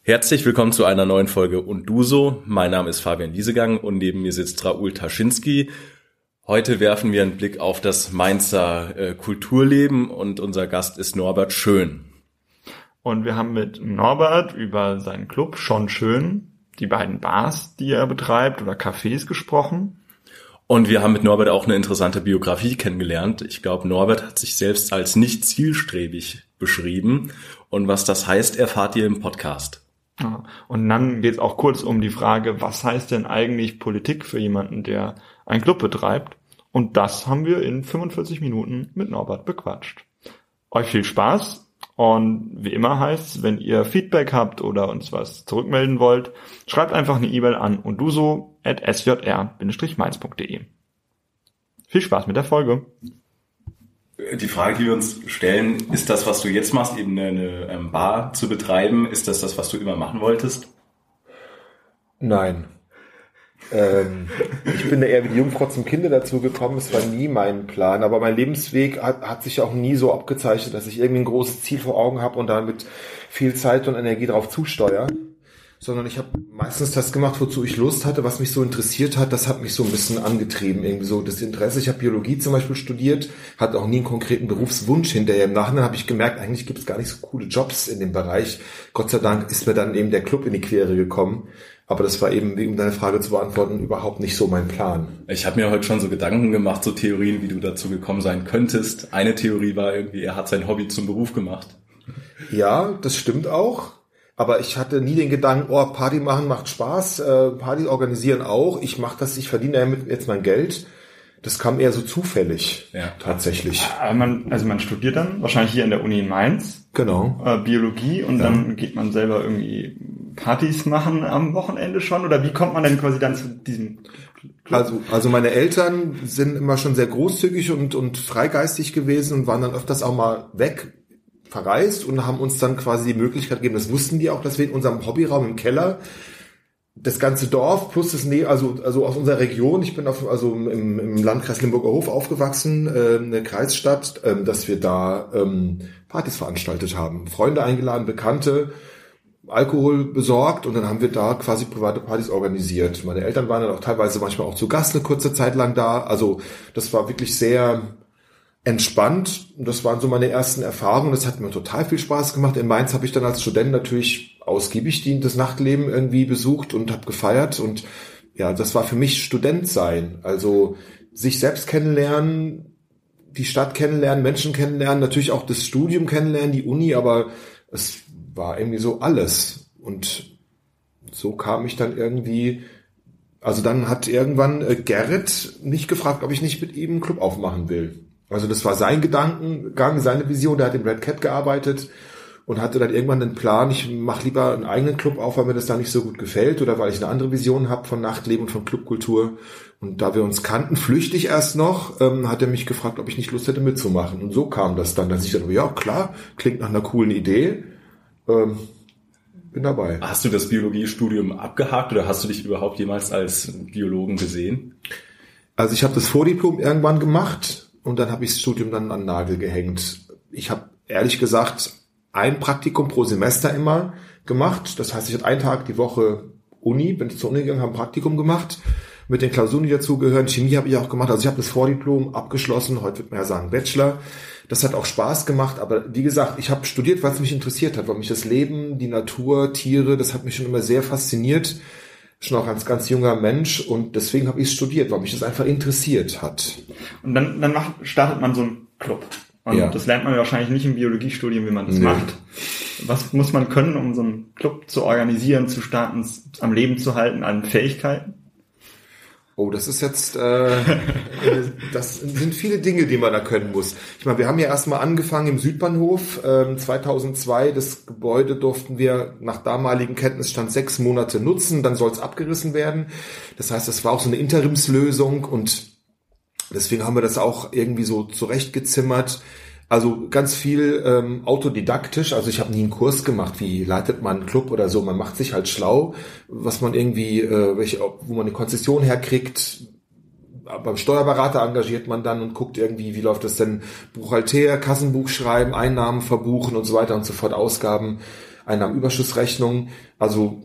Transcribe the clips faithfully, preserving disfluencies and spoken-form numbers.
Herzlich willkommen zu einer neuen Folge Und du so. Mein Name ist Fabian Liesegang und neben mir sitzt Raoul Taschinski. Heute werfen wir einen Blick auf das Mainzer äh, Kulturleben und unser Gast ist Norbert Schön. Und wir haben mit Norbert über seinen Club Schon Schön, die beiden Bars, die er betreibt, oder Cafés gesprochen. Und wir haben mit Norbert auch eine interessante Biografie kennengelernt. Ich glaube, Norbert hat sich selbst als nicht zielstrebig beschrieben. Und was das heißt, erfahrt ihr im Podcast. Ja, und dann geht es auch kurz um die Frage, was heißt denn eigentlich Politik für jemanden, der einen Club betreibt? Und das haben wir in fünfundvierzig Minuten mit Norbert bequatscht. Euch viel Spaß. Und wie immer heißt's, wenn ihr Feedback habt oder uns was zurückmelden wollt, schreibt einfach eine E-Mail an unduso at s j r dash mainz punkt d e. Viel Spaß mit der Folge. Die Frage, die wir uns stellen, ist das, was du jetzt machst, eben eine, eine Bar zu betreiben, ist das das, was du immer machen wolltest? Nein. ähm, ich bin da eher wie die Jungfrau zum Kinde dazu gekommen, es war nie mein Plan, aber mein Lebensweg hat, hat sich auch nie so abgezeichnet, dass ich irgendwie ein großes Ziel vor Augen habe und damit viel Zeit und Energie drauf zusteuere, sondern ich habe meistens das gemacht, wozu ich Lust hatte, was mich so interessiert hat, das hat mich so ein bisschen angetrieben, irgendwie so das Interesse. Ich habe Biologie zum Beispiel studiert, hatte auch nie einen konkreten Berufswunsch hinterher. Im Nachhinein habe ich gemerkt, eigentlich gibt es gar nicht so coole Jobs in dem Bereich. Gott sei Dank ist mir dann eben der Club in die Quere gekommen. Aber das war eben, um deine Frage zu beantworten, überhaupt nicht so mein Plan. Ich habe mir heute schon so Gedanken gemacht, so Theorien, wie du dazu gekommen sein könntest. Eine Theorie war irgendwie, er hat sein Hobby zum Beruf gemacht. Ja, das stimmt auch. Aber ich hatte nie den Gedanken, oh, Party machen macht Spaß, äh, Party organisieren auch. Ich mache das, ich verdiene damit jetzt mein Geld. Das kam eher so zufällig, ja. Tatsächlich. Aber man, also man studiert dann wahrscheinlich hier in der Uni in Mainz. Genau. Äh, Biologie und ja. Dann geht man selber irgendwie Partys machen am Wochenende schon? Oder wie kommt man denn quasi dann zu diesem Club? Also, also meine Eltern sind immer schon sehr großzügig und, und freigeistig gewesen und waren dann öfters auch mal weg, verreist und haben uns dann quasi die Möglichkeit gegeben, das wussten die auch, dass wir in unserem Hobbyraum im Keller das ganze Dorf plus das Nähe, also also aus unserer Region, ich bin auf, also im, im Landkreis Limburger Hof aufgewachsen, äh, eine Kreisstadt, äh, dass wir da ähm, Partys veranstaltet haben, Freunde eingeladen, Bekannte, Alkohol besorgt und dann haben wir da quasi private Partys organisiert. Meine Eltern waren dann auch teilweise manchmal auch zu Gast eine kurze Zeit lang da, also das war wirklich sehr entspannt. Das waren so meine ersten Erfahrungen. Das hat mir total viel Spaß gemacht. In Mainz habe ich dann als Student natürlich ausgiebig das Nachtleben irgendwie besucht und habe gefeiert. Und ja, das war für mich Student sein. Also sich selbst kennenlernen, die Stadt kennenlernen, Menschen kennenlernen, natürlich auch das Studium kennenlernen, die Uni, aber es war irgendwie so alles. Und so kam ich dann irgendwie, also dann hat irgendwann Gerrit mich gefragt, ob ich nicht mit ihm einen Club aufmachen will. Also das war sein Gedankengang, seine Vision. Der hat im Red Cat gearbeitet und hatte dann irgendwann den Plan, ich mache lieber einen eigenen Club auf, weil mir das da nicht so gut gefällt oder weil ich eine andere Vision habe von Nachtleben und von Clubkultur. Und da wir uns kannten, flüchtig erst noch, ähm, hat er mich gefragt, ob ich nicht Lust hätte mitzumachen. Und so kam das dann, dass ich dann, ja klar, klingt nach einer coolen Idee, ähm, bin dabei. Hast du das Biologiestudium abgehakt oder hast du dich überhaupt jemals als Biologen gesehen? Also ich habe das Vordiplom irgendwann gemacht. Und dann habe ich das Studium dann an den Nagel gehängt. Ich habe ehrlich gesagt ein Praktikum pro Semester immer gemacht. Das heißt, ich hatte einen Tag die Woche Uni, bin zur Uni gegangen, habe ein Praktikum gemacht. Mit den Klausuren, die dazugehören. Chemie habe ich auch gemacht. Also ich habe das Vordiplom abgeschlossen. Heute wird man ja sagen Bachelor. Das hat auch Spaß gemacht. Aber wie gesagt, ich habe studiert, weil es mich interessiert hat. Weil mich das Leben, die Natur, Tiere, das hat mich schon immer sehr fasziniert. Schon auch als ganz junger Mensch und deswegen habe ich studiert, weil mich das einfach interessiert hat. Und dann, dann macht, startet man so einen Club. Und ja. Das lernt man wahrscheinlich nicht im Biologiestudium, wie man das nee. macht. Was muss man können, um so einen Club zu organisieren, zu starten, am Leben zu halten, an Fähigkeiten? Oh, das ist jetzt, äh, das sind viele Dinge, die man da können muss. Ich meine, wir haben ja erstmal angefangen im Südbahnhof, äh, zweitausendzwei, das Gebäude durften wir nach damaligem Kenntnisstand sechs Monate nutzen, dann soll es abgerissen werden. Das heißt, das war auch so eine Interimslösung und deswegen haben wir das auch irgendwie so zurechtgezimmert. Also ganz viel ähm, autodidaktisch, also ich habe nie einen Kurs gemacht, wie leitet man einen Club oder so, man macht sich halt schlau, was man irgendwie, äh, welche, wo man eine Konzession herkriegt, beim Steuerberater engagiert man dann und guckt irgendwie, wie läuft das denn, Buchhalter, Kassenbuch schreiben, Einnahmen verbuchen und so weiter und so fort, Ausgaben Einnahmenüberschussrechnung. Also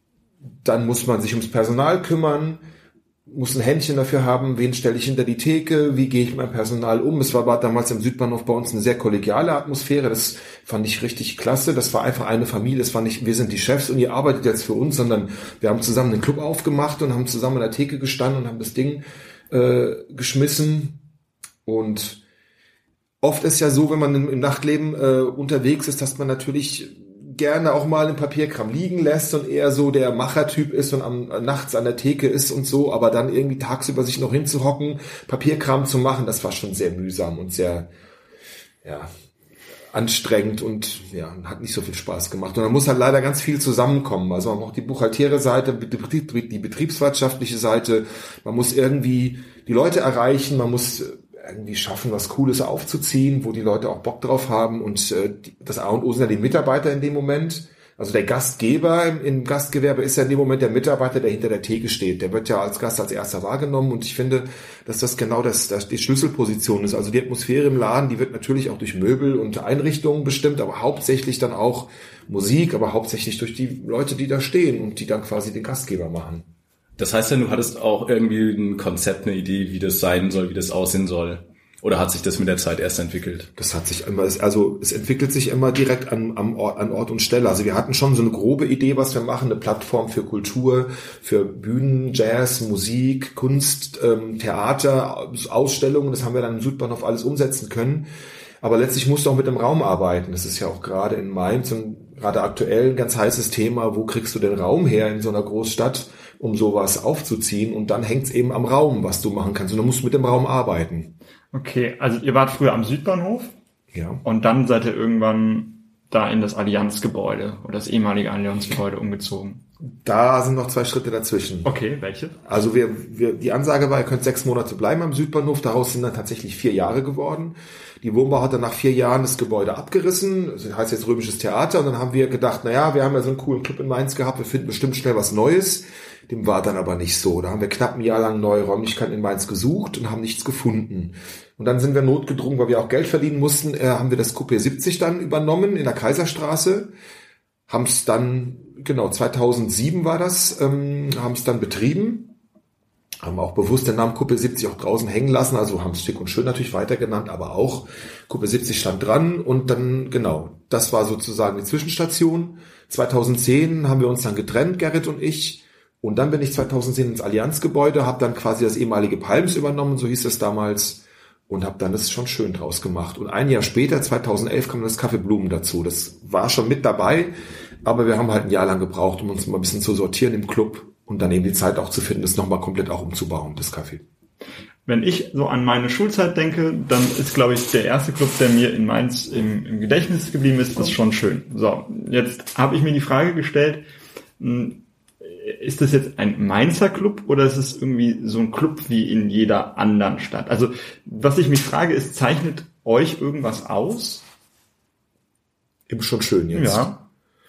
dann muss man sich ums Personal kümmern, muss ein Händchen dafür haben, wen stelle ich hinter die Theke, wie gehe ich mit meinem Personal um. Es war damals im Südbahnhof bei uns eine sehr kollegiale Atmosphäre, das fand ich richtig klasse, das war einfach eine Familie, es war nicht, wir sind die Chefs und ihr arbeitet jetzt für uns, sondern wir haben zusammen den Club aufgemacht und haben zusammen an der Theke gestanden und haben das Ding äh, geschmissen. Und oft ist ja so, wenn man im, im Nachtleben äh, unterwegs ist, dass man natürlich gerne auch mal den Papierkram liegen lässt und eher so der Machertyp ist und am, nachts an der Theke ist und so, aber dann irgendwie tagsüber sich noch hinzuhocken, Papierkram zu machen, das war schon sehr mühsam und sehr, ja, anstrengend und ja, hat nicht so viel Spaß gemacht. Und dann muss halt leider ganz viel zusammenkommen. Also man braucht die buchhaltäre Seite, die betriebswirtschaftliche Seite, man muss irgendwie die Leute erreichen, man muss irgendwie schaffen, was Cooles aufzuziehen, wo die Leute auch Bock drauf haben. Und äh, das A und O sind ja die Mitarbeiter in dem Moment. Also der Gastgeber im, im Gastgewerbe ist ja in dem Moment der Mitarbeiter, der hinter der Theke steht. Der wird ja als Gast als erster wahrgenommen. Und ich finde, dass das genau das, das die Schlüsselposition ist. Also die Atmosphäre im Laden, die wird natürlich auch durch Möbel und Einrichtungen bestimmt, aber hauptsächlich dann auch Musik, aber hauptsächlich durch die Leute, die da stehen und die dann quasi den Gastgeber machen. Das heißt ja, du hattest auch irgendwie ein Konzept, eine Idee, wie das sein soll, wie das aussehen soll. Oder hat sich das mit der Zeit erst entwickelt? Das hat sich immer, also es entwickelt sich immer direkt an, am Ort, an Ort und Stelle. Also wir hatten schon so eine grobe Idee, was wir machen, eine Plattform für Kultur, für Bühnen, Jazz, Musik, Kunst, ähm, Theater, Ausstellungen. Das haben wir dann im Südbahnhof alles umsetzen können. Aber letztlich musst du auch mit dem Raum arbeiten. Das ist ja auch gerade in Mainz und gerade aktuell ein ganz heißes Thema. Wo kriegst du den Raum her in so einer Großstadt, um sowas aufzuziehen? Und dann hängt es eben am Raum, was du machen kannst. Und dann musst du mit dem Raum arbeiten. Okay, also ihr wart früher am Südbahnhof. Ja. Und dann seid ihr irgendwann da in das Allianzgebäude oder das ehemalige Allianzgebäude umgezogen. Da sind noch zwei Schritte dazwischen. Okay, welche? Also wir, wir, die Ansage war, ihr könnt sechs Monate bleiben am Südbahnhof. Daraus sind dann tatsächlich vier Jahre geworden. Die Wohnbau hat dann nach vier Jahren das Gebäude abgerissen. Das heißt jetzt Römisches Theater. Und dann haben wir gedacht, naja, wir haben ja so einen coolen Club in Mainz gehabt. Wir finden bestimmt schnell was Neues. Dem war dann aber nicht so. Da haben wir knapp ein Jahr lang neue Räumlichkeiten in Mainz gesucht und haben nichts gefunden. Und dann sind wir notgedrungen, weil wir auch Geld verdienen mussten, äh, haben wir das Coupé siebzig dann übernommen in der Kaiserstraße. Haben es dann, genau, zweitausendsieben war das, ähm, haben es dann betrieben. Haben auch bewusst den Namen Coupé siebzig auch draußen hängen lassen, also haben es schick und schön natürlich weiter genannt, aber auch Coupé siebzig stand dran und dann, genau, das war sozusagen die Zwischenstation. zweitausendzehn haben wir uns dann getrennt, Gerrit und ich. Und dann bin ich zweitausendzehn ins Allianzgebäude, habe dann quasi das ehemalige Palms übernommen, so hieß es damals, und habe dann das schon schön draus gemacht. Und ein Jahr später, zweitausendelf, kam das Café Blumen dazu. Das war schon mit dabei, aber wir haben halt ein Jahr lang gebraucht, um uns mal ein bisschen zu sortieren im Club und dann eben die Zeit auch zu finden, das nochmal komplett auch umzubauen, das Café. Wenn ich so an meine Schulzeit denke, dann ist, glaube ich, der erste Club, der mir in Mainz im, im Gedächtnis geblieben ist, das ist schon schön. So, jetzt habe ich mir die Frage gestellt, ist das jetzt ein Mainzer Club oder ist es irgendwie so ein Club wie in jeder anderen Stadt? Also, was ich mich frage, ist, zeichnet euch irgendwas aus? Eben schon schön jetzt. Ja.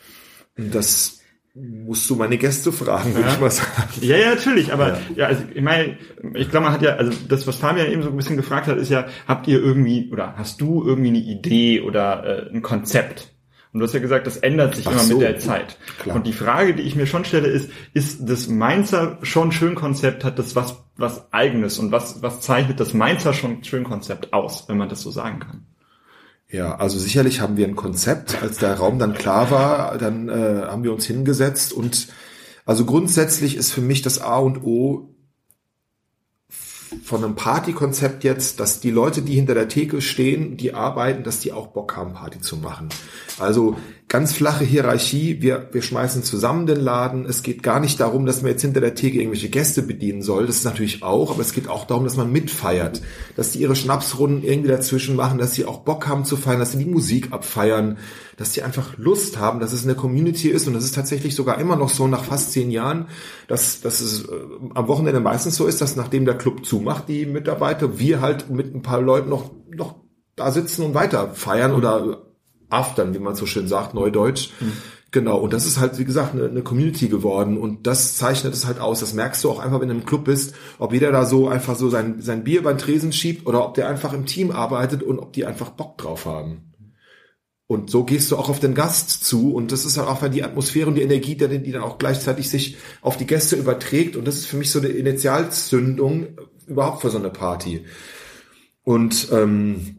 Das musst du meine Gäste fragen, würde ja. ich mal sagen. Ja, ja, natürlich, aber ja, ja also ich meine, ich glaube, man hat ja, also das, was Fabian eben so ein bisschen gefragt hat, ist ja, habt ihr irgendwie, oder hast du irgendwie eine Idee oder äh, ein Konzept? Und du hast ja gesagt, das ändert sich Ach immer so, mit der Zeit. Klar. Und die Frage, die ich mir schon stelle, ist, ist das Mainzer schon schön Konzept, hat das was, was Eigenes und was, was zeichnet das Mainzer schon schön Konzept aus, wenn man das so sagen kann? Ja, also sicherlich haben wir ein Konzept. Als der Raum dann klar war, dann äh, haben wir uns hingesetzt und also grundsätzlich ist für mich das A und O von einem Partykonzept jetzt, dass die Leute, die hinter der Theke stehen, die arbeiten, dass die auch Bock haben, Party zu machen. Also ganz flache Hierarchie, wir, wir schmeißen zusammen den Laden. Es geht gar nicht darum, dass man jetzt hinter der Theke irgendwelche Gäste bedienen soll. Das ist natürlich auch, aber es geht auch darum, dass man mitfeiert. Dass die ihre Schnapsrunden irgendwie dazwischen machen, dass sie auch Bock haben zu feiern, dass sie die Musik abfeiern, dass sie einfach Lust haben, dass es eine Community ist. Und das ist tatsächlich sogar immer noch so nach fast zehn Jahren, dass, dass es äh, am Wochenende meistens so ist, dass nachdem der Club zumacht, die Mitarbeiter, wir halt mit ein paar Leuten noch, noch da sitzen und weiter feiern oder aftern, wie man so schön sagt, Neudeutsch. Mhm. Genau, und das ist halt, wie gesagt, eine, eine Community geworden und das zeichnet es halt aus. Das merkst du auch einfach, wenn du im Club bist, ob jeder da so einfach so sein, sein Bier beim Tresen schiebt oder ob der einfach im Team arbeitet und ob die einfach Bock drauf haben. Und so gehst du auch auf den Gast zu und das ist halt auch die Atmosphäre und die Energie, die, die dann auch gleichzeitig sich auf die Gäste überträgt und das ist für mich so eine Initialzündung überhaupt für so eine Party. Und ähm,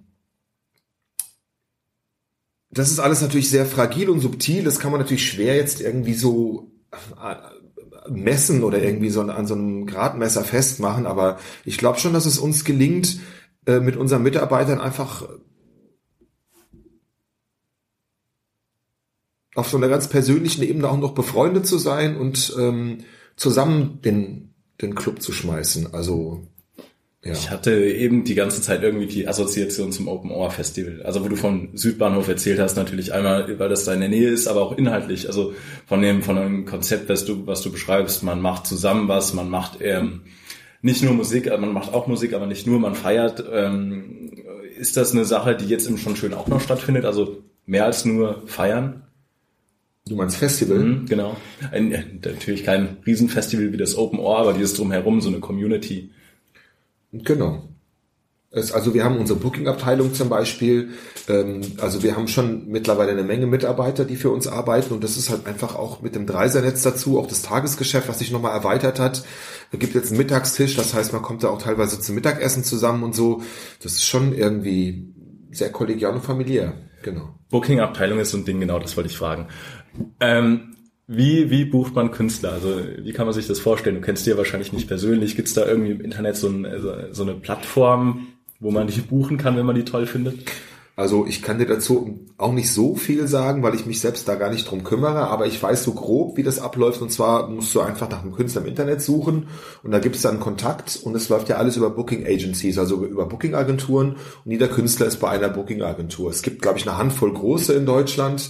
das ist alles natürlich sehr fragil und subtil, das kann man natürlich schwer jetzt irgendwie so messen oder irgendwie so an so einem Gradmesser festmachen, aber ich glaube schon, dass es uns gelingt, äh, mit unseren Mitarbeitern einfach auf so einer ganz persönlichen Ebene auch noch befreundet zu sein und ähm, zusammen den, den Club zu schmeißen. Also ja. Ich hatte eben die ganze Zeit irgendwie die Assoziation zum Open Ohr Festival. Also wo du vom Südbahnhof erzählt hast, natürlich einmal, weil das da in der Nähe ist, aber auch inhaltlich. Also von dem von dem Konzept, was du was du beschreibst, man macht zusammen was, man macht ähm, nicht nur Musik, man macht auch Musik, aber nicht nur, man feiert. Ähm, ist das eine Sache, die jetzt eben schon schön auch noch stattfindet? Also mehr als nur feiern? Du meinst Festival? Mhm, genau. Ein, natürlich kein Riesenfestival wie das Open Ohr, aber dieses Drumherum, so eine Community. Genau. Es, also wir haben unsere Booking-Abteilung zum Beispiel. Ähm, also wir haben schon mittlerweile eine Menge Mitarbeiter, die für uns arbeiten. Und das ist halt einfach auch mit dem Dreisernetz dazu, auch das Tagesgeschäft, was sich nochmal erweitert hat. Es gibt jetzt einen Mittagstisch, das heißt, man kommt da auch teilweise zum Mittagessen zusammen und so. Das ist schon irgendwie sehr kollegial und familiär. Genau. Booking-Abteilung ist so ein Ding, genau, das wollte ich fragen. Ähm, wie, wie bucht man Künstler? Also, wie kann man sich das vorstellen? Du kennst die ja wahrscheinlich nicht persönlich. Gibt's da irgendwie im Internet so, ein, so eine Plattform, wo man die buchen kann, wenn man die toll findet? Also, ich kann dir dazu auch nicht so viel sagen, weil ich mich selbst da gar nicht drum kümmere, aber ich weiß so grob, wie das abläuft. Und zwar musst du einfach nach einem Künstler im Internet suchen und da gibt's dann Kontakt und es läuft ja alles über Booking Agencies, also über Booking Agenturen und jeder Künstler ist bei einer Booking Agentur. Es gibt, glaube ich, eine Handvoll große in Deutschland.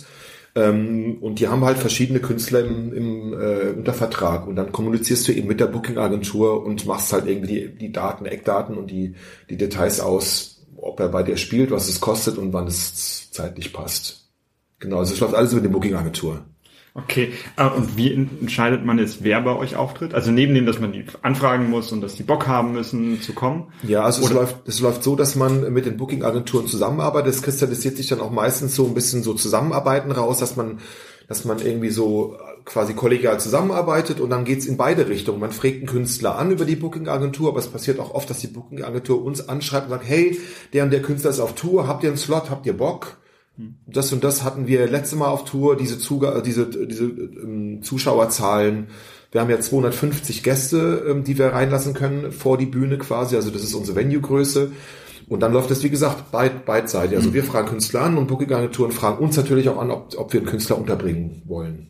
Und die haben halt verschiedene Künstler im, im äh, unter Vertrag und dann kommunizierst du eben mit der Booking-Agentur und machst halt irgendwie die, die Daten, Eckdaten und die, die Details aus, ob er bei dir spielt, was es kostet und wann es zeitlich passt. Genau, also es läuft alles über die Booking-Agentur. Okay, und wie entscheidet man jetzt, wer bei euch auftritt? Also neben dem, dass man die anfragen muss und dass die Bock haben müssen zu kommen? Ja, also es läuft, es läuft so, dass man mit den Booking-Agenturen zusammenarbeitet. Es kristallisiert sich dann auch meistens so ein bisschen so Zusammenarbeiten raus, dass man, dass man irgendwie so quasi kollegial zusammenarbeitet und dann geht's in beide Richtungen. Man fragt einen Künstler an über die Booking-Agentur, aber es passiert auch oft, dass die Booking-Agentur uns anschreibt und sagt, hey, der und der Künstler ist auf Tour, habt ihr einen Slot, habt ihr Bock? Das und das hatten wir letzte Mal auf Tour, diese, Zuga- diese, diese ähm, Zuschauerzahlen. Wir haben ja zweihundertfünfzig Gäste, ähm, die wir reinlassen können vor die Bühne quasi. Also das ist unsere Venue-Größe. Und dann läuft das, wie gesagt, beid, beidseitig. Also wir fragen Künstler an und Booking-Agenturen fragen uns natürlich auch an, ob, ob wir einen Künstler unterbringen wollen.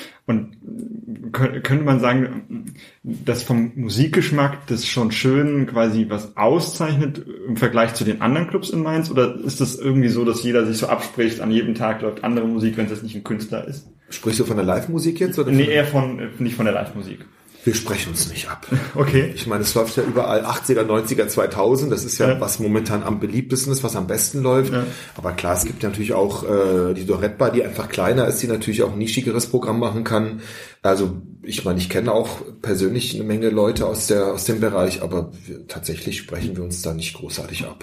Und könnte man sagen, dass vom Musikgeschmack das schon schön quasi was auszeichnet im Vergleich zu den anderen Clubs in Mainz? Oder ist das irgendwie so, dass jeder sich so abspricht, an jedem Tag läuft andere Musik, wenn es nicht ein Künstler ist? Sprichst du von der Live-Musik jetzt? Oder nee, eher von, nicht von der Live-Musik. Wir sprechen uns nicht ab. Okay. Ich meine, es läuft ja überall achtziger, neunziger, zweitausend. Das ist ja, ja. was momentan am beliebtesten ist, was am besten läuft. Ja. Aber klar, es gibt ja natürlich auch äh, die Dorette Bar, die einfach kleiner ist, die natürlich auch ein nischigeres Programm machen kann. Also ich meine, ich kenne auch persönlich eine Menge Leute aus der aus dem Bereich, aber wir, tatsächlich sprechen wir uns da nicht großartig ab.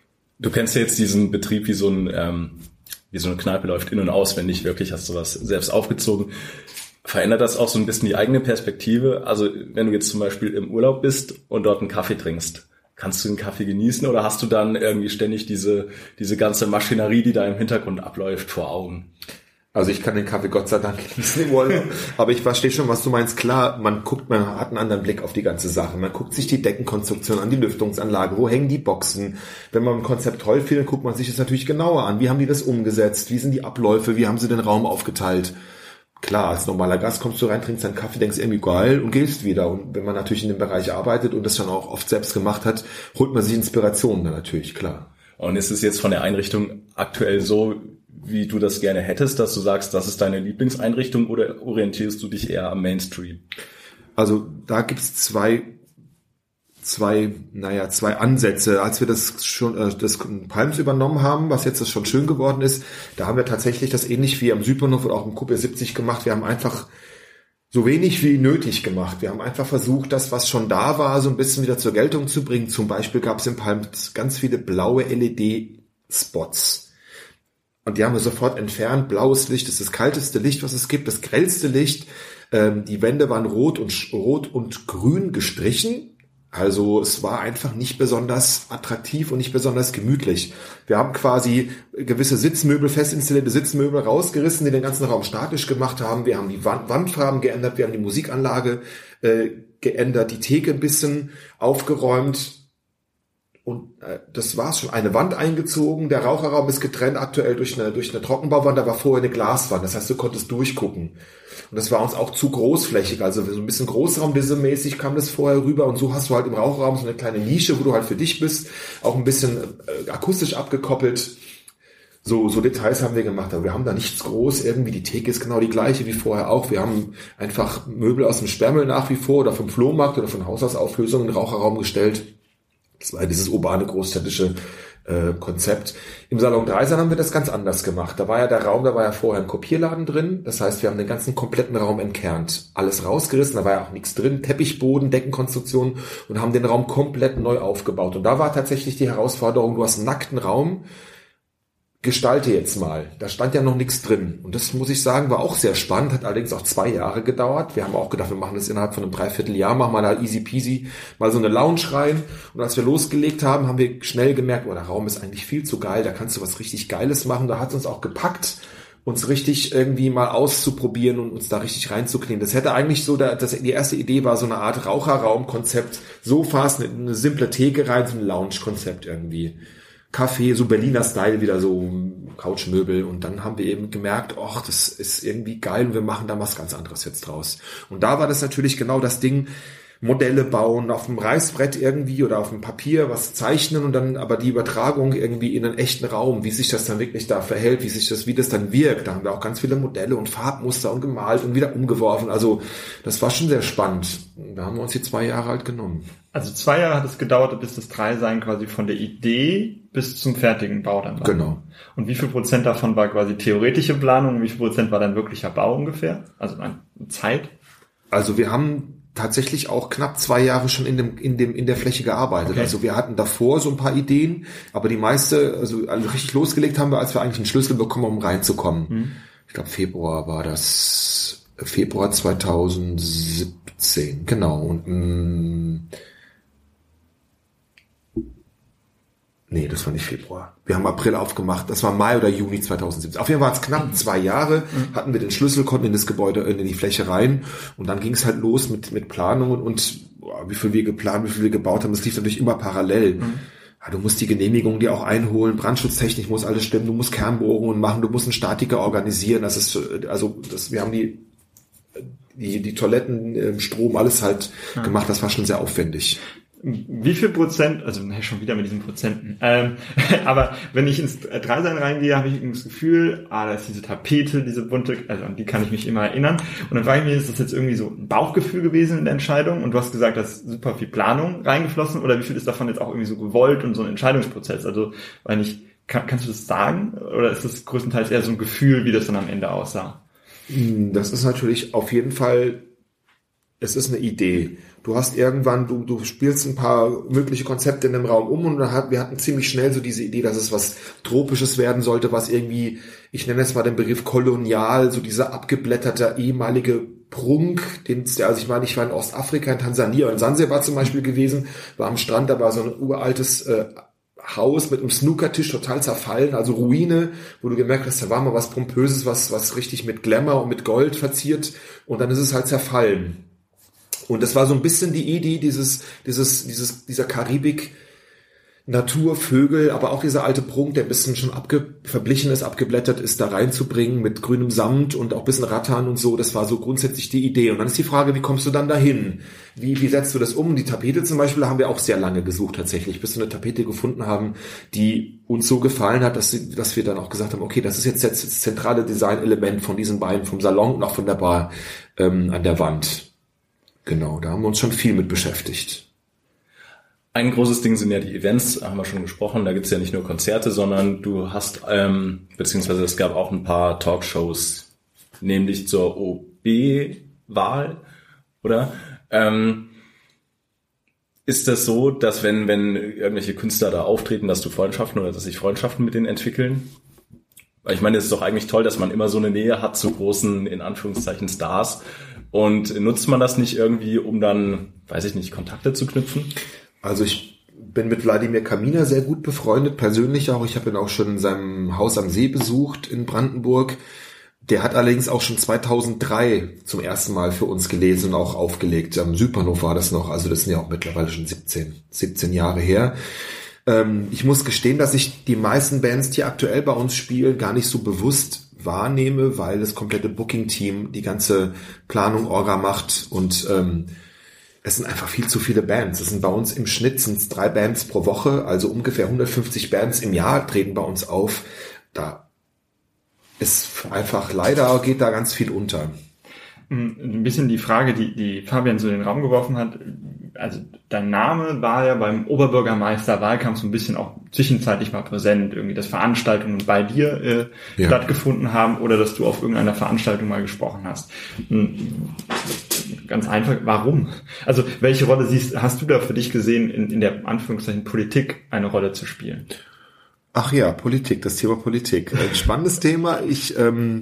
Du kennst ja jetzt diesen Betrieb, wie so ein ähm, wie so eine Kneipe läuft, in- und auswendig. Wirklich hast du was selbst aufgezogen. Verändert das auch so ein bisschen die eigene Perspektive? Also wenn du jetzt zum Beispiel im Urlaub bist und dort einen Kaffee trinkst, kannst du den Kaffee genießen oder hast du dann irgendwie ständig diese diese ganze Maschinerie, die da im Hintergrund abläuft, vor Augen? Also ich kann den Kaffee Gott sei Dank genießen im Urlaub, aber ich verstehe schon, was du meinst. Klar, man guckt, man hat einen anderen Blick auf die ganze Sache. Man guckt sich die Deckenkonstruktion an, die Lüftungsanlage, wo hängen die Boxen. Wenn man ein Konzept toll findet, guckt man sich das natürlich genauer an. Wie haben die das umgesetzt? Wie sind die Abläufe? Wie haben sie den Raum aufgeteilt? Klar, als normaler Gast kommst du rein, trinkst deinen Kaffee, denkst irgendwie geil und gehst wieder. Und wenn man natürlich in dem Bereich arbeitet und das dann auch oft selbst gemacht hat, holt man sich Inspirationen dann natürlich, klar. Und ist es jetzt von der Einrichtung aktuell so, wie du das gerne hättest, dass du sagst, das ist deine Lieblingseinrichtung, oder orientierst du dich eher am Mainstream? Also da gibt's zwei zwei, naja, zwei Ansätze. Als wir das schon, äh, das Palms übernommen haben, was jetzt das schon schön geworden ist, da haben wir tatsächlich das ähnlich wie am Südbahnhof oder auch im Q B siebzig gemacht. Wir haben einfach so wenig wie nötig gemacht. Wir haben einfach versucht, das, was schon da war, so ein bisschen wieder zur Geltung zu bringen. Zum Beispiel gab es im Palms ganz viele blaue L E D-Spots. Und die haben wir sofort entfernt. Blaues Licht ist das kalteste Licht, was es gibt, das grellste Licht. Ähm, die Wände waren rot und rot und grün gestrichen. Also es war einfach nicht besonders attraktiv und nicht besonders gemütlich. Wir haben quasi gewisse Sitzmöbel, fest installierte Sitzmöbel rausgerissen, die den ganzen Raum statisch gemacht haben. Wir haben die Wand- Wandfarben geändert, wir haben die Musikanlage äh, geändert, die Theke ein bisschen aufgeräumt. Und äh, das war's schon. Eine Wand eingezogen, der Raucherraum ist getrennt aktuell durch eine, durch eine Trockenbauwand, da war vorher eine Glaswand. Das heißt, du konntest durchgucken. Und das war uns auch zu großflächig, also so ein bisschen Großraumdisse-mäßig kam das vorher rüber. Und so hast du halt im Raucherraum so eine kleine Nische, wo du halt für dich bist, auch ein bisschen äh, akustisch abgekoppelt. So, so Details haben wir gemacht, aber wir haben da nichts groß. Irgendwie die Theke ist genau die gleiche wie vorher auch. Wir haben einfach Möbel aus dem Sperrmüll nach wie vor oder vom Flohmarkt oder von Haushaltsauflösung in den Raucherraum gestellt. Das war dieses urbane, großstädtische äh, Konzept. Im Salon Dreisam haben wir das ganz anders gemacht. Da war ja der Raum, da war ja vorher ein Kopierladen drin. Das heißt, wir haben den ganzen kompletten Raum entkernt. Alles rausgerissen, da war ja auch nichts drin. Teppichboden, Deckenkonstruktion und haben den Raum komplett neu aufgebaut. Und da war tatsächlich die Herausforderung, du hast einen nackten Raum, gestalte jetzt mal. Da stand ja noch nichts drin. Und das, muss ich sagen, war auch sehr spannend, hat allerdings auch zwei Jahre gedauert. Wir haben auch gedacht, wir machen das innerhalb von einem Dreivierteljahr, machen wir da easy peasy mal so eine Lounge rein. Und als wir losgelegt haben, haben wir schnell gemerkt, oh, der Raum ist eigentlich viel zu geil, da kannst du was richtig Geiles machen. Da hat es uns auch gepackt, uns richtig irgendwie mal auszuprobieren und uns da richtig reinzuknien. Das hätte eigentlich so, der, das, die erste Idee war so eine Art Raucherraumkonzept, Sofas, eine, eine simple Theke rein, so ein Lounge-Konzept irgendwie. Café, so Berliner Style, wieder so Couchmöbel. Und dann haben wir eben gemerkt, ach, das ist irgendwie geil und wir machen da was ganz anderes jetzt draus. Und da war das natürlich genau das Ding, Modelle bauen, auf dem Reißbrett irgendwie oder auf dem Papier was zeichnen und dann aber die Übertragung irgendwie in einen echten Raum, wie sich das dann wirklich da verhält, wie sich das, wie das dann wirkt. Da haben wir auch ganz viele Modelle und Farbmuster und gemalt und wieder umgeworfen. Also das war schon sehr spannend. Da haben wir uns die zwei Jahre halt genommen. Also zwei Jahre hat es gedauert, bis das Dreisein quasi von der Idee bis zum fertigen Bau dann war. Genau. Und wie viel Prozent davon war quasi theoretische Planung und wie viel Prozent war dann wirklicher Bau ungefähr? Also Zeit? Also wir haben tatsächlich auch knapp zwei Jahre schon in dem in dem in der Fläche gearbeitet. Okay. Also wir hatten davor so ein paar Ideen, aber die meiste, also, also richtig losgelegt haben wir, als wir eigentlich einen Schlüssel bekommen, um reinzukommen. Mhm. Ich glaube Februar war das, Februar zweitausendsiebzehn, genau. Und mh, nee, das war nicht Februar. Wir haben April aufgemacht. Das war Mai oder Juni zweitausendsiebzehn. Auf jeden Fall war es knapp zwei Jahre. Hatten wir den Schlüssel, konnten in das Gebäude, in die Fläche rein. Und dann ging es halt los mit mit Planungen und boah, wie viel wir geplant, wie viel wir gebaut haben. Das lief natürlich immer parallel. Mhm. Ja, du musst die Genehmigung dir auch einholen. Brandschutztechnisch muss alles stimmen. Du musst Kernbohrungen machen. Du musst einen Statiker organisieren. Das ist also, das, wir haben die die die Toiletten, Strom, alles halt ja. gemacht. Das war schon sehr aufwendig. Wie viel Prozent, also nee, schon wieder mit diesen Prozenten, ähm, aber wenn ich ins Dreisein reingehe, habe ich das Gefühl, ah, da ist diese Tapete, diese bunte, also an die kann ich mich immer erinnern. Und dann frage ich mich, ist das jetzt irgendwie so ein Bauchgefühl gewesen in der Entscheidung? Und du hast gesagt, da ist super viel Planung reingeflossen, oder wie viel ist davon jetzt auch irgendwie so gewollt und so ein Entscheidungsprozess? Also, weil nicht, kann, kannst du das sagen? Oder ist das größtenteils eher so ein Gefühl, wie das dann am Ende aussah? Das ist natürlich auf jeden Fall, es ist eine Idee. Du hast irgendwann, du, du spielst ein paar mögliche Konzepte in dem Raum um und hat, wir hatten ziemlich schnell so diese Idee, dass es was Tropisches werden sollte, was irgendwie, ich nenne jetzt mal den Begriff kolonial, so dieser abgeblätterte ehemalige Prunk, den, also ich meine, ich war in Ostafrika, in Tansania, in Sansibar zum Beispiel gewesen, war am Strand, da war so ein uraltes äh, Haus mit einem Snookertisch, total zerfallen, also Ruine, wo du gemerkt hast, da war mal was Pompöses, was, was richtig mit Glamour und mit Gold verziert und dann ist es halt zerfallen. Und das war so ein bisschen die Idee, dieses, dieses, dieses, dieser Karibik, Natur, Vögel, aber auch dieser alte Prunk, der ein bisschen schon abge, verblichen ist, abgeblättert ist, da reinzubringen mit grünem Samt und auch ein bisschen Rattan und so. Das war so grundsätzlich die Idee. Und dann ist die Frage, wie kommst du dann dahin? Wie, wie setzt du das um? Die Tapete zum Beispiel haben wir auch sehr lange gesucht tatsächlich, bis wir eine Tapete gefunden haben, die uns so gefallen hat, dass, sie, dass wir dann auch gesagt haben, okay, das ist jetzt das zentrale Designelement von diesen beiden, vom Salon und auch von der Bar ähm, an der Wand. Genau, da haben wir uns schon viel mit beschäftigt. Ein großes Ding sind ja die Events, haben wir schon gesprochen. Da gibt's ja nicht nur Konzerte, sondern du hast, ähm, beziehungsweise es gab auch ein paar Talkshows, nämlich zur O B-Wahl, oder? Ähm, ist das so, dass wenn, wenn irgendwelche Künstler da auftreten, dass du Freundschaften oder dass sich Freundschaften mit denen entwickeln? Weil ich meine, es ist doch eigentlich toll, dass man immer so eine Nähe hat zu großen, in Anführungszeichen, Stars. Und nutzt man das nicht irgendwie, um dann, weiß ich nicht, Kontakte zu knüpfen? Also ich bin mit Wladimir Kaminer sehr gut befreundet, persönlich auch. Ich habe ihn auch schon in seinem Haus am See besucht in Brandenburg. Der hat allerdings auch schon zweitausenddrei zum ersten Mal für uns gelesen und auch aufgelegt. Am Südbahnhof war das noch, also das sind ja auch mittlerweile schon siebzehn, siebzehn Jahre her. Ähm, ich muss gestehen, dass ich die meisten Bands, die aktuell bei uns spielen, gar nicht so bewusst wahrnehme, weil das komplette Booking-Team die ganze Planung, Orga macht und ähm, es sind einfach viel zu viele Bands. Es sind bei uns im Schnitt sind's drei Bands pro Woche, also ungefähr hundertfünfzig Bands im Jahr treten bei uns auf. Da ist einfach, leider geht da ganz viel unter. Ein bisschen die Frage, die, die Fabian so in den Raum geworfen hat. Also dein Name war ja beim Oberbürgermeisterwahlkampf so ein bisschen auch zwischenzeitlich mal präsent, irgendwie, dass Veranstaltungen bei dir äh, ja. stattgefunden haben oder dass du auf irgendeiner Veranstaltung mal gesprochen hast. Ganz einfach, warum? Also welche Rolle siehst, hast du da für dich gesehen, in, in der Anführungszeichen Politik eine Rolle zu spielen? Ach ja, Politik, das Thema Politik. Ein spannendes Thema. Ich ähm,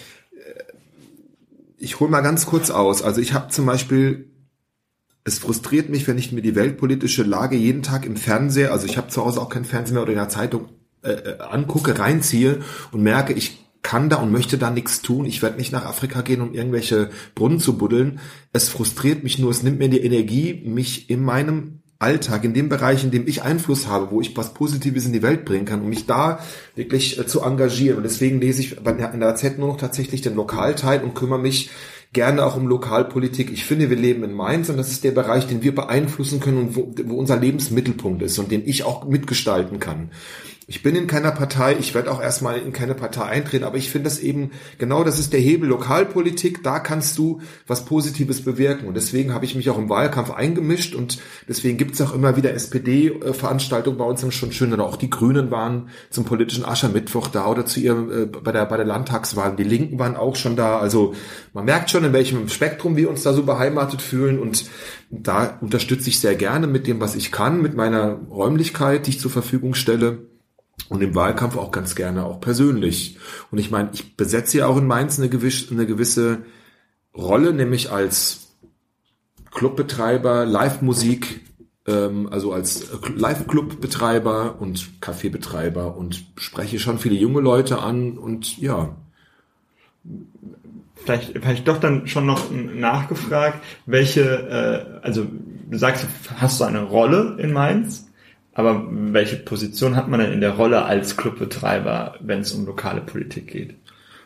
ich hole mal ganz kurz aus. Also ich habe zum Beispiel, es frustriert mich, wenn ich mir die weltpolitische Lage jeden Tag im Fernseher, also ich habe zu Hause auch kein Fernsehen mehr oder in der Zeitung äh, angucke, reinziehe und merke, ich kann da und möchte da nichts tun. Ich werde nicht nach Afrika gehen, um irgendwelche Brunnen zu buddeln. Es frustriert mich nur, es nimmt mir die Energie, mich in meinem Alltag, in dem Bereich, in dem ich Einfluss habe, wo ich was Positives in die Welt bringen kann, um mich da wirklich äh, zu engagieren. Und deswegen lese ich in der A Z nur noch tatsächlich den Lokalteil und kümmere mich gerne auch um Lokalpolitik. Ich finde, wir leben in Mainz und das ist der Bereich, den wir beeinflussen können und wo, wo unser Lebensmittelpunkt ist und den ich auch mitgestalten kann. Ich bin in keiner Partei, ich werde auch erstmal in keine Partei eintreten, aber ich finde das eben, genau das ist der Hebel Lokalpolitik, da kannst du was Positives bewirken und deswegen habe ich mich auch im Wahlkampf eingemischt und deswegen gibt es auch immer wieder S P D-Veranstaltungen bei uns, schon schön, oder auch die Grünen waren zum politischen Aschermittwoch da oder zu ihrem, äh, bei der bei der Landtagswahl, die Linken waren auch schon da, also man merkt schon, in welchem Spektrum wir uns da so beheimatet fühlen und da unterstütze ich sehr gerne mit dem, was ich kann, mit meiner Räumlichkeit, die ich zur Verfügung stelle. Und im Wahlkampf auch ganz gerne, auch persönlich. Und ich meine, ich besetze ja auch in Mainz eine gewisse, eine gewisse Rolle, nämlich als Clubbetreiber, Live-Musik, ähm, also als Live-Club-Betreiber und Café-Betreiber und spreche schon viele junge Leute an und ja. Vielleicht, vielleicht doch dann schon noch nachgefragt, welche, äh, also du sagst, hast du eine Rolle in Mainz? Aber welche Position hat man denn in der Rolle als Clubbetreiber, wenn es um lokale Politik geht?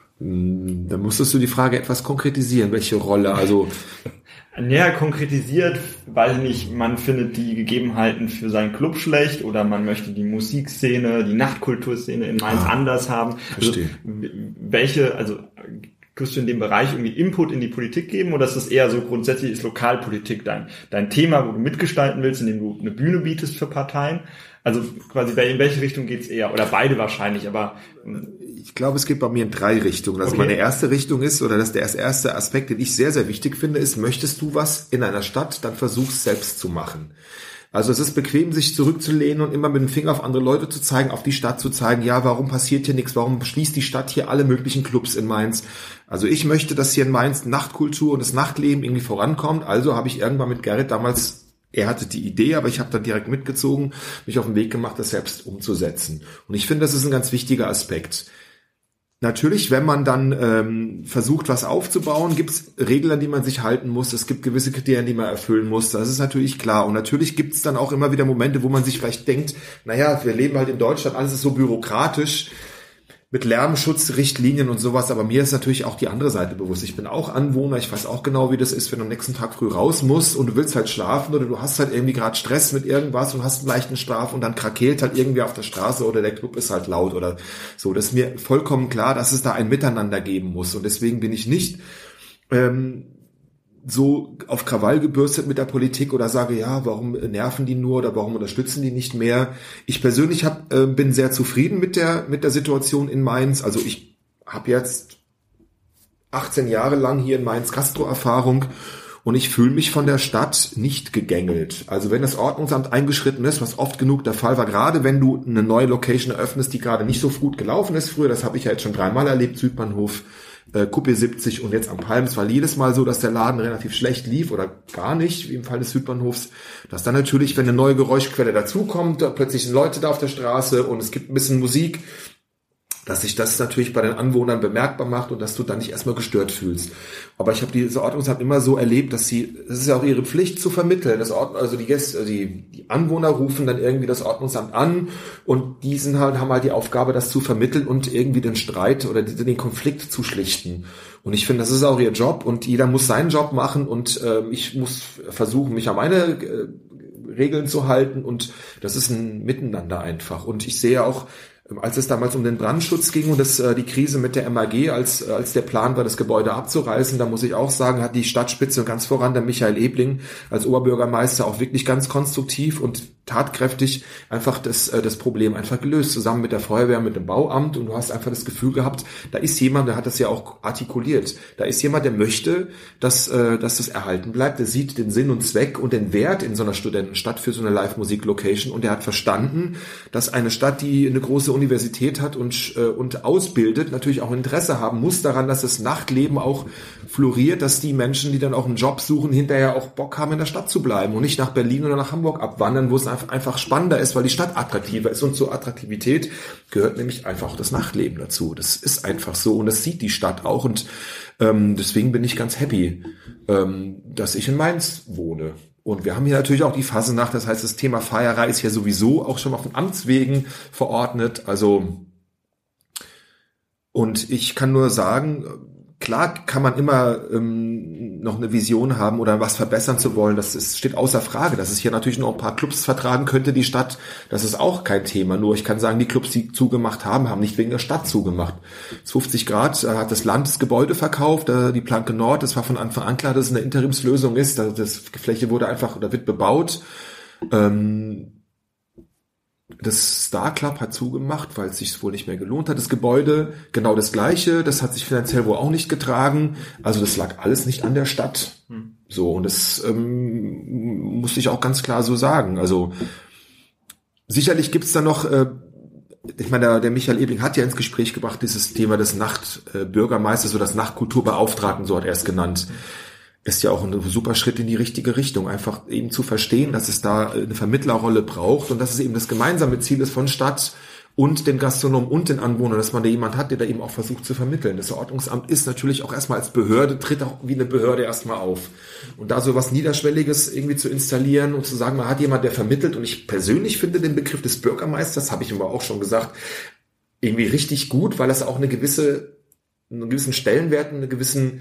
Da musstest du die Frage etwas konkretisieren, welche Rolle, also... Näher konkretisiert, weiß ich nicht, man findet die Gegebenheiten für seinen Club schlecht oder man möchte die Musikszene, die Nachtkulturszene in Mainz ah, anders haben. Verstehe. Also, welche, also... Wirst du in dem Bereich irgendwie Input in die Politik geben oder ist das eher so grundsätzlich ist Lokalpolitik dein, dein Thema, wo du mitgestalten willst, indem du eine Bühne bietest für Parteien? Also quasi in welche Richtung geht's eher? Oder beide wahrscheinlich, aber... Ich glaube, es geht bei mir in drei Richtungen. Also okay. Meine erste Richtung ist, oder das ist der erste Aspekt, den ich sehr, sehr wichtig finde, ist, möchtest du was in einer Stadt, dann versuch's selbst zu machen. Also es ist bequem, sich zurückzulehnen und immer mit dem Finger auf andere Leute zu zeigen, auf die Stadt zu zeigen, ja, warum passiert hier nichts, warum schließt die Stadt hier alle möglichen Clubs in Mainz? Also ich möchte, dass hier in Mainz Nachtkultur und das Nachtleben irgendwie vorankommt, also habe ich irgendwann mit Gerrit damals, er hatte die Idee, aber ich habe dann direkt mitgezogen, mich auf den Weg gemacht, das selbst umzusetzen. Und ich finde, das ist ein ganz wichtiger Aspekt. Natürlich, wenn man dann ähm, versucht, was aufzubauen, gibt es Regeln, an die man sich halten muss. Es gibt gewisse Kriterien, die man erfüllen muss. Das ist natürlich klar. Und natürlich gibt es dann auch immer wieder Momente, wo man sich vielleicht denkt, naja, wir leben halt in Deutschland, alles ist so bürokratisch mit Lärmschutzrichtlinien und sowas. Aber mir ist natürlich auch die andere Seite bewusst. Ich bin auch Anwohner. Ich weiß auch genau, wie das ist, wenn du am nächsten Tag früh raus musst und du willst halt schlafen oder du hast halt irgendwie gerade Stress mit irgendwas und hast einen leichten Schlaf und dann krakeelt halt irgendwie auf der Straße oder der Club ist halt laut oder so. Das ist mir vollkommen klar, dass es da ein Miteinander geben muss. Und deswegen bin ich nicht ähm, so auf Krawall gebürstet mit der Politik oder sage, ja, warum nerven die nur oder warum unterstützen die nicht mehr. Ich persönlich hab, äh, bin sehr zufrieden mit der mit der Situation in Mainz. Also ich habe jetzt achtzehn Jahre lang hier in Mainz Gastro-Erfahrung Und ich fühle mich von der Stadt nicht gegängelt. Also wenn das Ordnungsamt eingeschritten ist, was oft genug der Fall war, gerade wenn du eine neue Location eröffnest, die gerade nicht so gut gelaufen ist früher, das habe ich ja jetzt schon dreimal erlebt, Südbahnhof, äh, Kuppel siebzig und jetzt am Palm. Es war jedes Mal so, dass der Laden relativ schlecht lief oder gar nicht, wie im Fall des Südbahnhofs. Dass dann natürlich, wenn eine neue Geräuschquelle dazukommt, da plötzlich sind Leute da auf der Straße und es gibt ein bisschen Musik, dass sich das natürlich bei den Anwohnern bemerkbar macht und dass du dann nicht erstmal gestört fühlst. Aber ich habe diese Ordnungsamt immer so erlebt, dass sie, das ist ja auch ihre Pflicht zu vermitteln. Das Ordnung, also die Gäste, die, die Anwohner rufen dann irgendwie das Ordnungsamt an und die sind halt, haben halt die Aufgabe, das zu vermitteln und irgendwie den Streit oder den Konflikt zu schlichten. Und ich finde, das ist auch ihr Job und jeder muss seinen Job machen und äh, ich muss versuchen, mich an meine äh, Regeln zu halten und das ist ein Miteinander einfach. Und ich sehe auch, als es damals um den Brandschutz ging und das, äh, die Krise mit der M A G, als, als der Plan war, das Gebäude abzureißen, da muss ich auch sagen, hat die Stadtspitze und ganz voran der Michael Ebling als Oberbürgermeister auch wirklich ganz konstruktiv und tatkräftig einfach das, äh, das Problem einfach gelöst, zusammen mit der Feuerwehr, mit dem Bauamt und du hast einfach das Gefühl gehabt, da ist jemand, der hat das ja auch artikuliert, da ist jemand, der möchte, dass, äh, dass das erhalten bleibt, der sieht den Sinn und Zweck und den Wert in so einer Studentenstadt für so eine Live-Musik-Location und der hat verstanden, dass eine Stadt, die eine große Universität hat und, äh, und ausbildet, natürlich auch Interesse haben muss daran, dass das Nachtleben auch floriert, dass die Menschen, die dann auch einen Job suchen, hinterher auch Bock haben, in der Stadt zu bleiben und nicht nach Berlin oder nach Hamburg abwandern, wo es einfach, einfach spannender ist, weil die Stadt attraktiver ist. Und zur Attraktivität gehört nämlich einfach auch das Nachtleben dazu. Das ist einfach so und das sieht die Stadt auch und ähm, deswegen bin ich ganz happy, ähm, dass ich in Mainz wohne. Und wir haben hier natürlich auch die Fasnacht, das heißt, das Thema Feierei ist hier sowieso auch schon auf den Amtswegen verordnet. Also, und ich kann nur sagen, klar kann man immer ähm, noch eine Vision haben oder was verbessern zu wollen. Das ist, steht außer Frage. Dass es hier natürlich noch ein paar Clubs vertragen könnte, die Stadt, das ist auch kein Thema. Nur ich kann sagen, die Clubs, die zugemacht haben, haben nicht wegen der Stadt zugemacht. fünfzig Grad äh, hat das Land das Gebäude verkauft, äh, die Planke Nord. Das war von Anfang an klar, dass es eine Interimslösung ist. Das, das Fläche wurde einfach oder wird bebaut. Ähm, Das Star Club hat zugemacht, weil es sich wohl nicht mehr gelohnt hat. Das Gebäude, genau das Gleiche. Das hat sich finanziell wohl auch nicht getragen. Also das lag alles nicht an der Stadt. Hm. So, und das ähm, musste ich auch ganz klar so sagen. Also sicherlich gibt's da noch, äh, ich meine, der, der Michael Ebling hat ja ins Gespräch gebracht, dieses Thema des Nachtbürgermeisters oder des Nachtkulturbeauftragten, so hat er es genannt. Ist ja auch ein super Schritt in die richtige Richtung, einfach eben zu verstehen, dass es da eine Vermittlerrolle braucht und dass es eben das gemeinsame Ziel ist von Stadt und den Gastronomen und den Anwohnern, dass man da jemand hat, der da eben auch versucht zu vermitteln. Das Ordnungsamt ist natürlich auch erstmal als Behörde, tritt auch wie eine Behörde erstmal auf. Und da so was Niederschwelliges irgendwie zu installieren und zu sagen, man hat jemand, der vermittelt, und ich persönlich finde den Begriff des Bürgermeisters, habe ich aber auch schon gesagt, irgendwie richtig gut, weil das auch eine gewisse, einen gewissen Stellenwert, eine gewissen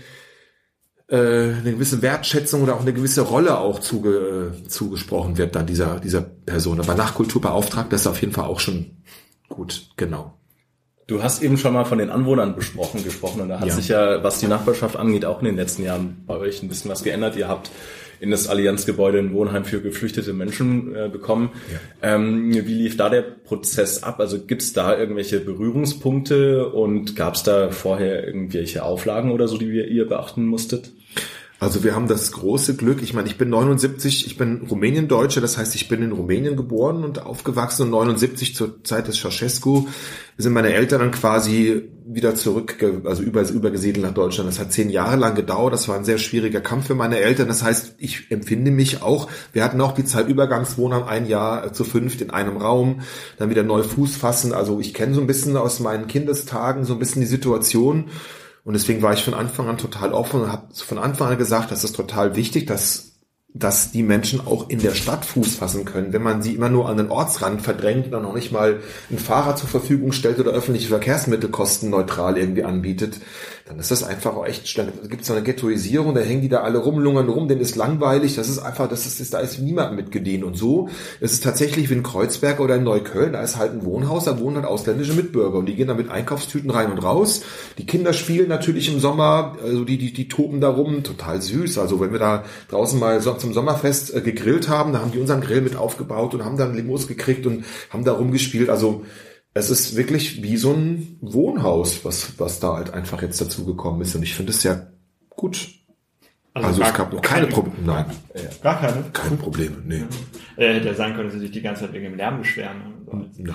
eine gewisse Wertschätzung oder auch eine gewisse Rolle auch zuge, zugesprochen wird dann dieser, dieser Person. Aber Nachtkulturbeauftragter ist auf jeden Fall auch schon gut, genau. Du hast eben schon mal von den Anwohnern besprochen, gesprochen und da hat ja. sich ja, was die Nachbarschaft angeht, auch in den letzten Jahren bei euch ein bisschen was geändert. Ihr habt in das Allianzgebäude ein Wohnheim für geflüchtete Menschen äh, bekommen. Ja. Ähm, wie lief da der Prozess ab? Also gibt's da irgendwelche Berührungspunkte und gab's da vorher irgendwelche Auflagen oder so, die ihr beachten musstet? Also wir haben das große Glück, ich meine, ich bin neunundsiebzig, ich bin Rumänien-Deutsche, das heißt, ich bin in Rumänien geboren und aufgewachsen und neunundsiebzig zur Zeit des Ceausescu sind meine Eltern dann quasi wieder zurück, also über, übergesiedelt nach Deutschland. Das hat zehn Jahre lang gedauert, das war ein sehr schwieriger Kampf für meine Eltern. Das heißt, ich empfinde mich auch, wir hatten auch die Zeit Übergangswohnheim, ein Jahr zu fünft in einem Raum, dann wieder neu Fuß fassen. Also ich kenne so ein bisschen aus meinen Kindestagen so ein bisschen die Situation. Und deswegen war ich von Anfang an total offen und habe von Anfang an gesagt, das ist total wichtig, dass dass die Menschen auch in der Stadt Fuß fassen können. Wenn man sie immer nur an den Ortsrand verdrängt und dann noch nicht mal ein Fahrrad zur Verfügung stellt oder öffentliche Verkehrsmittel kostenneutral irgendwie anbietet, dann ist das einfach auch echt schnell. Da gibt es so eine Ghettoisierung, da hängen die da alle rumlungern rum, denen ist langweilig, das ist einfach, das ist, da ist niemand mitgedient. Und so ist es tatsächlich wie in Kreuzberg oder in Neukölln, da ist halt ein Wohnhaus, da wohnen halt ausländische Mitbürger und die gehen da mit Einkaufstüten rein und raus. Die Kinder spielen natürlich im Sommer, also die, die, die toben da rum, total süß. Also wenn wir da draußen mal so zum Sommerfest äh, gegrillt haben, da haben die unseren Grill mit aufgebaut und haben dann Limos gekriegt und haben da rumgespielt. Also es ist wirklich wie so ein Wohnhaus, was was da halt einfach jetzt dazu gekommen ist. Und ich finde es ja gut. Also, also es gab noch keine Probleme. Nein. Ja. Gar keine? Keine Probleme, nee. Ja. Hätte ja sein können, dass sie sich die ganze Zeit wegen dem Lärm beschweren. Nein.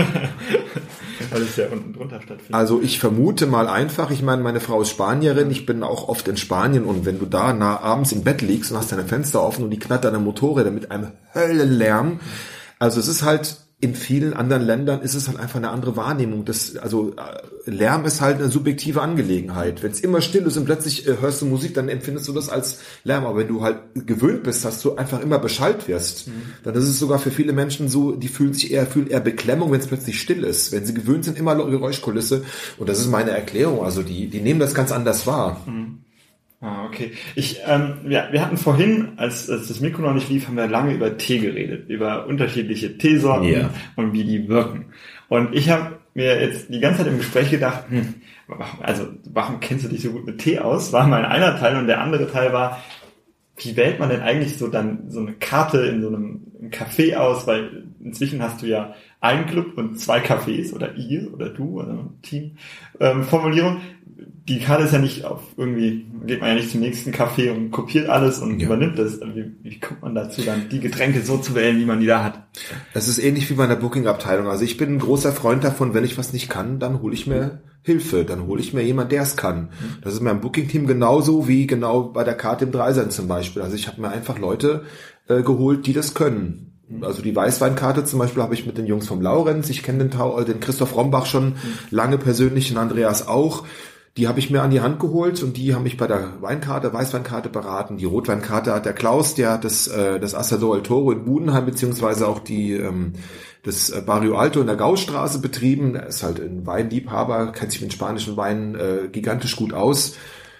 Weil es ja unten drunter stattfindet. Also ich vermute mal einfach, ich meine, meine Frau ist Spanierin, ich bin auch oft in Spanien und wenn du da nah abends im Bett liegst und hast deine Fenster offen und die knattern deine Motorräder mit einem Höllenlärm, also es ist halt, in vielen anderen Ländern ist es halt einfach eine andere Wahrnehmung. Das, also Lärm ist halt eine subjektive Angelegenheit. Wenn es immer still ist und plötzlich äh, hörst du Musik, dann empfindest du das als Lärm. Aber wenn du halt gewöhnt bist, dass du einfach immer beschallt wirst, mhm. dann ist es sogar für viele Menschen so, die fühlen sich eher, fühlen eher Beklemmung, wenn es plötzlich still ist. Wenn sie gewöhnt sind, immer Geräuschkulisse. Und das ist meine Erklärung. Also die, die nehmen das ganz anders wahr. Mhm. Ah, okay. Ich, ähm, ja, wir hatten vorhin, als, als das Mikro noch nicht lief, haben wir lange über Tee geredet, über unterschiedliche Teesorten yeah. und wie die wirken. Und ich habe mir jetzt die ganze Zeit im Gespräch gedacht, hm, also warum kennst du dich so gut mit Tee aus? War mein einer Teil und der andere Teil war, wie wählt man denn eigentlich so dann so eine Karte in so einem Café aus? Weil inzwischen hast du ja einen Club und zwei Cafés oder ihr oder du oder ein Team. Ähm, Formulierung. Die Karte ist ja nicht auf irgendwie, geht man ja nicht zum nächsten Café und kopiert alles und ja. übernimmt das. Wie, wie kommt man dazu, dann die Getränke so zu wählen, wie man die da hat? Das ist ähnlich wie bei einer Booking-Abteilung. Also ich bin ein großer Freund davon, wenn ich was nicht kann, dann hole ich mir Hilfe. Dann hole ich mir jemand, der es kann. Das ist beim Booking-Team genauso wie genau bei der Karte im Dreisern zum Beispiel. Also ich habe mir einfach Leute äh, geholt, die das können. Also die Weißweinkarte zum Beispiel habe ich mit den Jungs vom Laurenz. Ich kenne den, den Christoph Rombach schon lange persönlich, den Andreas auch. Die habe ich mir an die Hand geholt und die haben mich bei der Weinkarte, Weißweinkarte beraten. Die Rotweinkarte hat der Klaus, der hat das, äh, das Asador El Toro in Budenheim beziehungsweise auch die ähm, das Barrio Alto in der Gaustraße betrieben. Er ist halt ein Weinliebhaber, kennt sich mit spanischen Weinen äh, gigantisch gut aus.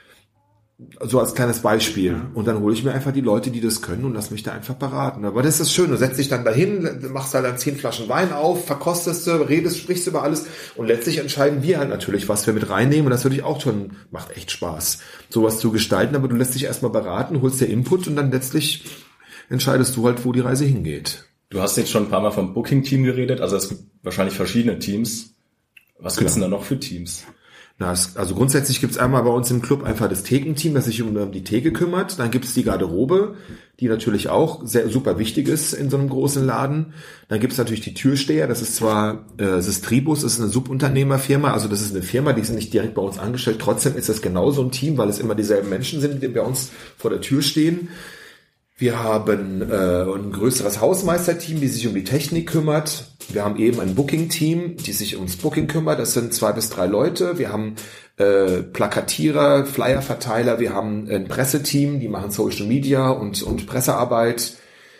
So als kleines Beispiel. Und dann hole ich mir einfach die Leute, die das können und lass mich da einfach beraten. Aber das ist das Schöne. Du setzt dich dann dahin, machst halt dann zehn Flaschen Wein auf, verkostest du, redest, sprichst über alles und letztlich entscheiden wir halt natürlich, was wir mit reinnehmen und das würde ich auch tun. Macht echt Spaß, sowas zu gestalten, aber du lässt dich erstmal beraten, holst dir Input und dann letztlich entscheidest du halt, wo die Reise hingeht. Du hast jetzt schon ein paar Mal vom Booking-Team geredet, also es gibt wahrscheinlich verschiedene Teams. Was gibt's denn da noch für Teams? Na, es, also grundsätzlich gibt's einmal bei uns im Club einfach das Thekenteam, das sich um, um die Theke kümmert. Dann gibt's die Garderobe, die natürlich auch sehr super wichtig ist in so einem großen Laden. Dann gibt's natürlich die Türsteher. Das ist zwar äh, Sistribus, das ist eine Subunternehmerfirma, also das ist eine Firma, die sind nicht direkt bei uns angestellt. Trotzdem ist das genauso ein Team, weil es immer dieselben Menschen sind, die bei uns vor der Tür stehen. Wir haben äh, ein größeres Hausmeisterteam, die sich um die Technik kümmert. Wir haben eben ein Booking-Team, die sich ums Booking kümmert. Das sind zwei bis drei Leute. Wir haben äh, Plakatierer, Flyerverteiler. Wir haben ein Presseteam, die machen Social Media und, und Pressearbeit.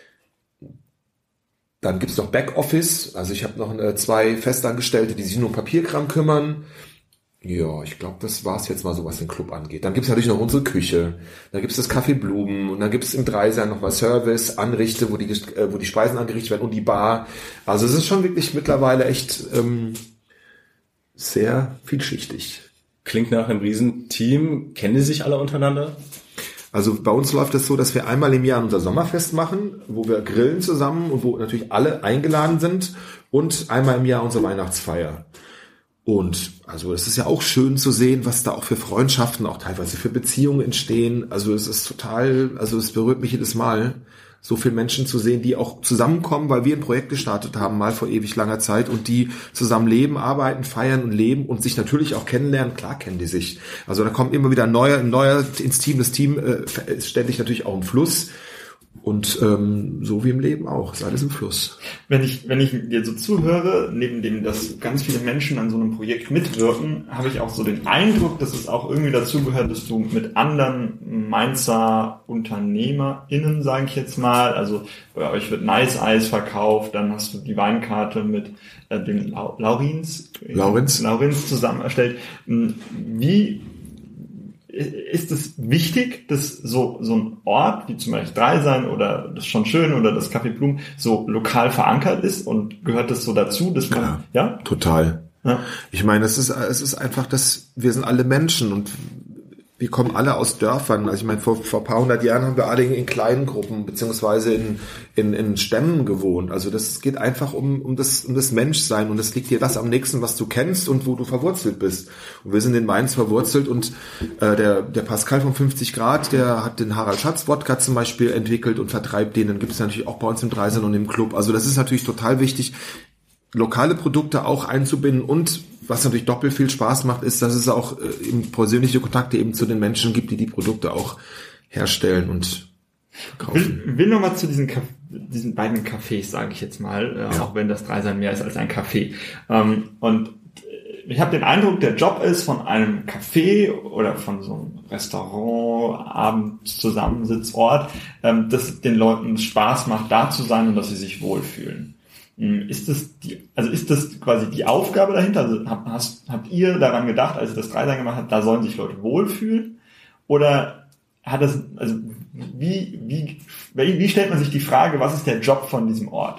Dann gibt's noch Backoffice. Also ich habe noch eine, zwei Festangestellte, die sich nur um Papierkram kümmern. Ja, ich glaube, das war's jetzt mal so, was den Club angeht. Dann gibt's natürlich noch unsere Küche, dann gibt's das Café Blumen und dann gibt's im Dreiser noch mal Service, Anrichte, wo die äh, wo die Speisen angerichtet werden und die Bar. Also es ist schon wirklich mittlerweile echt ähm, sehr vielschichtig. Klingt nach einem Riesenteam. Kennen die sich alle untereinander? Also bei uns läuft es so, dass wir einmal im Jahr unser Sommerfest machen, wo wir grillen zusammen und wo natürlich alle eingeladen sind und einmal im Jahr unsere Weihnachtsfeier. Und also es ist ja auch schön zu sehen, was da auch für Freundschaften, auch teilweise für Beziehungen entstehen. Also es ist total, also es berührt mich jedes Mal, so viele Menschen zu sehen, die auch zusammenkommen, weil wir ein Projekt gestartet haben, mal vor ewig langer Zeit und die zusammen leben, arbeiten, feiern und leben und sich natürlich auch kennenlernen. Klar kennen die sich. Also da kommt immer wieder ein neuer, ein neuer ins Team. Das Team äh, ist ständig natürlich auch im Fluss. Und ähm, so wie im Leben auch, ist alles im Fluss. Wenn ich wenn ich dir so zuhöre, neben dem, dass ganz viele Menschen an so einem Projekt mitwirken, habe ich auch so den Eindruck, dass es auch irgendwie dazu gehört, dass du mit anderen Mainzer UnternehmerInnen, sage ich jetzt mal, also bei euch wird Nice Eis verkauft, dann hast du die Weinkarte mit äh, dem La- Laurins, Laurenz. Laurenz zusammen erstellt. Wie ist es wichtig, dass so so ein Ort wie zum Beispiel Dreisern oder das Schon Schön oder das Café Blumen so lokal verankert ist und gehört das so dazu, dass man ja, ja total. Ja. Ich meine, es ist es ist einfach, dass wir sind alle Menschen und wir kommen alle aus Dörfern. Also ich meine, vor, vor ein paar hundert Jahren haben wir alle in kleinen Gruppen beziehungsweise in, in, in Stämmen gewohnt. Also das geht einfach um, um, das, um das Menschsein und es liegt dir das am nächsten, was du kennst und wo du verwurzelt bist. Und wir sind in Mainz verwurzelt und äh, der, der Pascal von fünfzig Grad, der hat den Harald Schatz Wodka zum Beispiel entwickelt und vertreibt den. Dann gibt es natürlich auch bei uns im Dreisern und im Club. Also das ist natürlich total wichtig, lokale Produkte auch einzubinden und was natürlich doppelt viel Spaß macht, ist, dass es auch äh, eben persönliche Kontakte eben zu den Menschen gibt, die die Produkte auch herstellen und verkaufen. Ich will, will nochmal zu diesen, diesen beiden Cafés, sage ich jetzt mal, äh, ja. auch wenn das Dreisern mehr ist als ein Café. Ähm, und ich habe den Eindruck, der Job ist von einem Café oder von so einem Restaurant, Abendzusammensitzort, ähm, dass es den Leuten Spaß macht, da zu sein und dass sie sich wohlfühlen. Ist das die, also ist das quasi die Aufgabe dahinter? Also habt, hast, habt ihr daran gedacht, als ihr das Dreisern gemacht habt, da sollen sich Leute wohlfühlen? Oder hat das, also wie, wie, wie stellt man sich die Frage, was ist der Job von diesem Ort?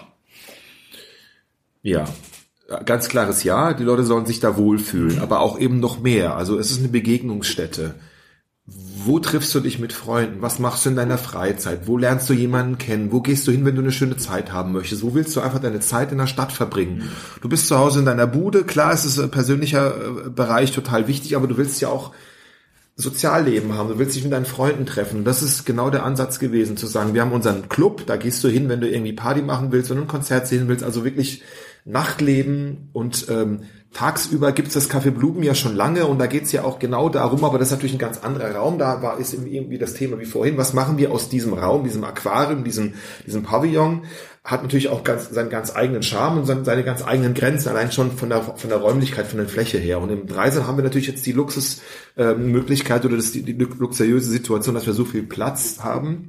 Ja, ganz klares Ja, die Leute sollen sich da wohlfühlen, aber auch eben noch mehr. Also es ist eine Begegnungsstätte. Wo triffst du dich mit Freunden? Was machst du in deiner Freizeit? Wo lernst du jemanden kennen? Wo gehst du hin, wenn du eine schöne Zeit haben möchtest? Wo willst du einfach deine Zeit in der Stadt verbringen? Du bist zu Hause in deiner Bude. Klar, es ist ein persönlicher Bereich total wichtig, aber du willst ja auch Sozialleben haben. Du willst dich mit deinen Freunden treffen. Das ist genau der Ansatz gewesen, zu sagen, wir haben unseren Club, da gehst du hin, wenn du irgendwie Party machen willst und ein Konzert sehen willst. Also wirklich Nachtleben und ähm, tagsüber gibt's das Café Blumen ja schon lange und da geht's ja auch genau darum, aber das ist natürlich ein ganz anderer Raum. Da war ist irgendwie das Thema wie vorhin. Was machen wir aus diesem Raum, diesem Aquarium, diesem diesem Pavillon? Hat natürlich auch ganz seinen ganz eigenen Charme und seine ganz eigenen Grenzen, allein schon von der von der Räumlichkeit, von der Fläche her. Und im Dreisern haben wir natürlich jetzt die Luxusmöglichkeit äh, oder das die, die luxuriöse Situation, dass wir so viel Platz haben,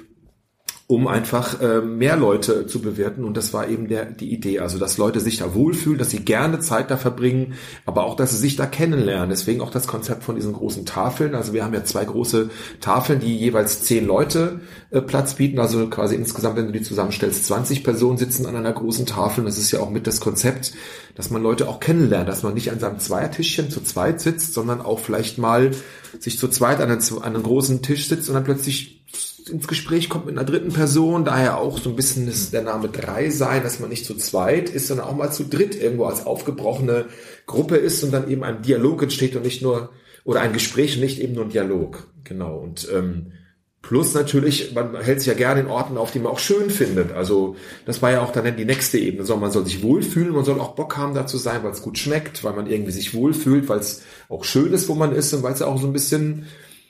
um einfach äh, mehr Leute zu bewerten. Und das war eben der, die Idee, also dass Leute sich da wohlfühlen, dass sie gerne Zeit da verbringen, aber auch, dass sie sich da kennenlernen. Deswegen auch das Konzept von diesen großen Tafeln. Also wir haben ja zwei große Tafeln, die jeweils zehn Leute äh, Platz bieten. Also quasi insgesamt, wenn du die zusammenstellst, zwanzig Personen sitzen an einer großen Tafel. Und das ist ja auch mit das Konzept, dass man Leute auch kennenlernt, dass man nicht an seinem Zweiertischchen zu zweit sitzt, sondern auch vielleicht mal sich zu zweit an einen, an einen großen Tisch sitzt und dann plötzlich ins Gespräch kommt mit einer dritten Person, daher auch so ein bisschen das, der Name drei sein, dass man nicht zu zweit ist, sondern auch mal zu dritt irgendwo als aufgebrochene Gruppe ist und dann eben ein Dialog entsteht und nicht nur, oder ein Gespräch und nicht eben nur ein Dialog. Genau. Und ähm, plus natürlich, man hält sich ja gerne in Orten auf, die man auch schön findet. Also das war ja auch dann die nächste Ebene. Also man soll sich wohlfühlen, man soll auch Bock haben, da zu sein, weil es gut schmeckt, weil man irgendwie sich wohlfühlt, weil es auch schön ist, wo man ist und weil es auch so ein bisschen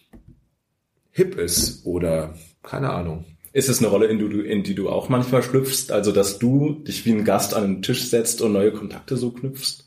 hip ist oder keine Ahnung. Ist es eine Rolle, in die, du, in die du auch manchmal schlüpfst? Also, dass du dich wie ein Gast an den Tisch setzt und neue Kontakte so knüpfst?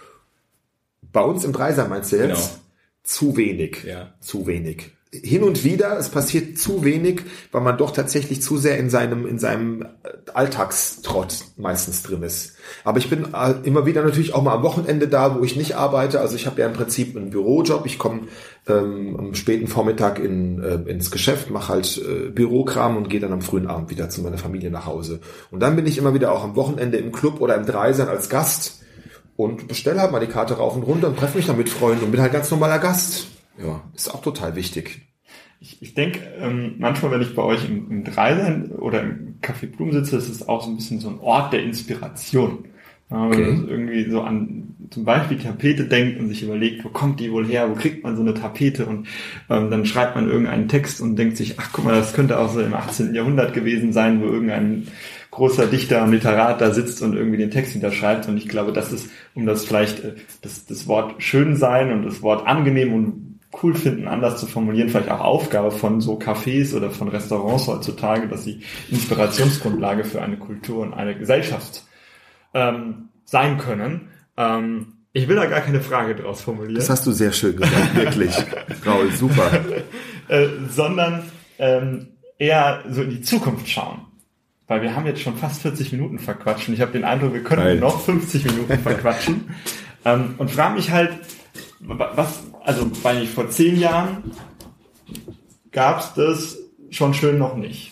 Bei uns im Dreiser meinst du jetzt? Genau. Zu wenig. Ja. Zu wenig. Hin und wieder, es passiert zu wenig, weil man doch tatsächlich zu sehr in seinem, in seinem Alltagstrott meistens drin ist. Aber ich bin immer wieder natürlich auch mal am Wochenende da, wo ich nicht arbeite. Also ich habe ja im Prinzip einen Bürojob. Ich komme ähm, am späten Vormittag in, äh, ins Geschäft, mache halt äh, Bürokram und gehe dann am frühen Abend wieder zu meiner Familie nach Hause. Und dann bin ich immer wieder auch am Wochenende im Club oder im Dreisern als Gast und bestelle halt mal die Karte rauf und runter und treffe mich dann mit Freunden und bin halt ganz normaler Gast. Ja, ist auch total wichtig. Ich, ich denke, ähm, manchmal, wenn ich bei euch im, im Dreisein oder im Café Blumen sitze, ist es auch so ein bisschen so ein Ort der Inspiration. Ja, wenn Okay. man irgendwie so an zum Beispiel Tapete denkt und sich überlegt, wo kommt die wohl her, wo kriegt man so eine Tapete und ähm, dann schreibt man irgendeinen Text und denkt sich, ach guck mal, das könnte auch so im achtzehnten Jahrhundert gewesen sein, wo irgendein großer Dichter und Literat da sitzt und irgendwie den Text hinterschreibt. Und ich glaube, das ist, um das vielleicht äh, das, das Wort schön sein und das Wort angenehm und cool finden, anders zu formulieren, vielleicht auch Aufgabe von so Cafés oder von Restaurants heutzutage, dass sie Inspirationsgrundlage für eine Kultur und eine Gesellschaft ähm, sein können. Ähm, ich will da gar keine Frage draus formulieren. Das hast du sehr schön gesagt, wirklich. Raul, super. äh, sondern ähm, eher so in die Zukunft schauen. Weil wir haben jetzt schon fast vierzig Minuten verquatscht und ich habe den Eindruck, wir könnten Geil. noch fünfzig Minuten verquatschen. ähm, und frage mich halt, was, also bei vor zehn Jahren gab's das schon schön noch nicht.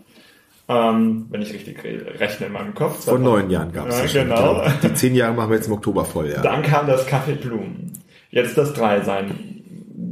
Ähm, wenn ich richtig re- rechne in meinem Kopf. Vor neun Jahren gab es ja, das schon. genau. Die zehn Jahre machen wir jetzt im Oktober voll, ja. Dann kam das Café Blumen. Jetzt das Dreisein.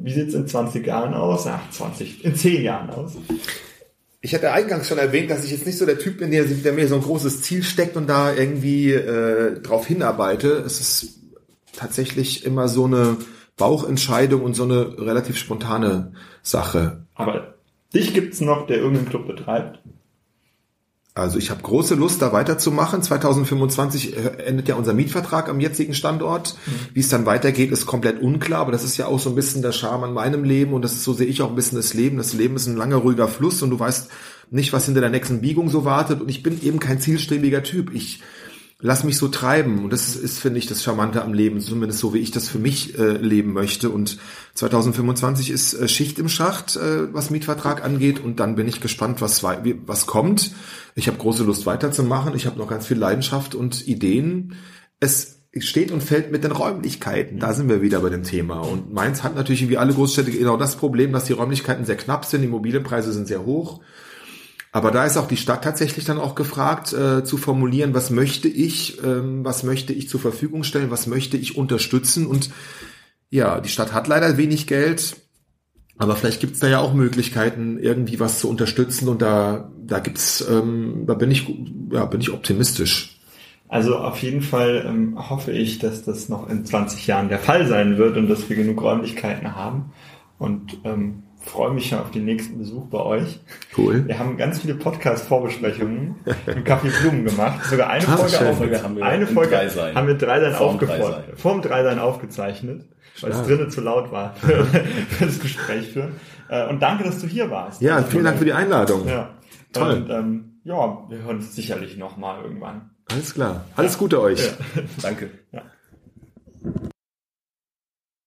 wie sieht's in zwanzig Jahren aus? Ach, zwanzig, in zehn Jahren aus. Ich hatte eingangs schon erwähnt, dass ich jetzt nicht so der Typ bin, der, der mir so ein großes Ziel steckt und da irgendwie äh, drauf hinarbeite. Es ist tatsächlich immer so eine Bauchentscheidung und so eine relativ spontane Sache. Aber dich gibt's noch, der irgendeinen Club betreibt? Also ich habe große Lust, da weiterzumachen. zwanzig fünfundzwanzig endet ja unser Mietvertrag am jetzigen Standort. Mhm. Wie es dann weitergeht, ist komplett unklar. Aber das ist ja auch so ein bisschen der Charme an meinem Leben. Und das ist, so sehe ich auch ein bisschen das Leben. Das Leben ist ein langer, ruhiger Fluss. Und du weißt nicht, was hinter der nächsten Biegung so wartet. Und ich bin eben kein zielstrebiger Typ. Ich lass mich so treiben. Und das ist, ist, finde ich, das Charmante am Leben. Zumindest so, wie ich das für mich äh, leben möchte. Und zwanzig fünfundzwanzig ist äh, Schicht im Schacht, äh, was Mietvertrag angeht. Und dann bin ich gespannt, was, was kommt. Ich habe große Lust weiterzumachen. Ich habe noch ganz viel Leidenschaft und Ideen. Es steht und fällt mit den Räumlichkeiten. Da sind wir wieder bei dem Thema. Und Mainz hat natürlich wie alle Großstädte genau das Problem, dass die Räumlichkeiten sehr knapp sind. Die Immobilienpreise sind sehr hoch. Aber da ist auch die Stadt tatsächlich dann auch gefragt, äh, zu formulieren, was möchte ich, ähm, was möchte ich zur Verfügung stellen, was möchte ich unterstützen. Und ja, die Stadt hat leider wenig Geld. Aber vielleicht gibt's da ja auch Möglichkeiten, irgendwie was zu unterstützen, und da da gibt's, ähm, da bin ich ja bin ich optimistisch. Also auf jeden Fall ähm, hoffe ich, dass das noch in zwanzig Jahren der Fall sein wird und dass wir genug Räumlichkeiten haben, und ähm, freue mich schon auf den nächsten Besuch bei euch. Cool. Wir haben ganz viele Podcast-Vorbesprechungen im Café Blumen gemacht. Sogar eine ah, Folge, auf, Folge haben wir eine Folge Dreisein. haben wir Dreisein aufgefordert, Dreisein. vorm Dreisein aufgezeichnet, weil es drinnen zu laut war für, für das Gespräch führen. Und danke, dass du hier warst. Ja, vielen Dank für die Einladung. Ja. Toll. Und ähm, ja, wir hören uns sicherlich nochmal irgendwann. Alles klar. Alles Gute euch. Ja. Danke. Ja.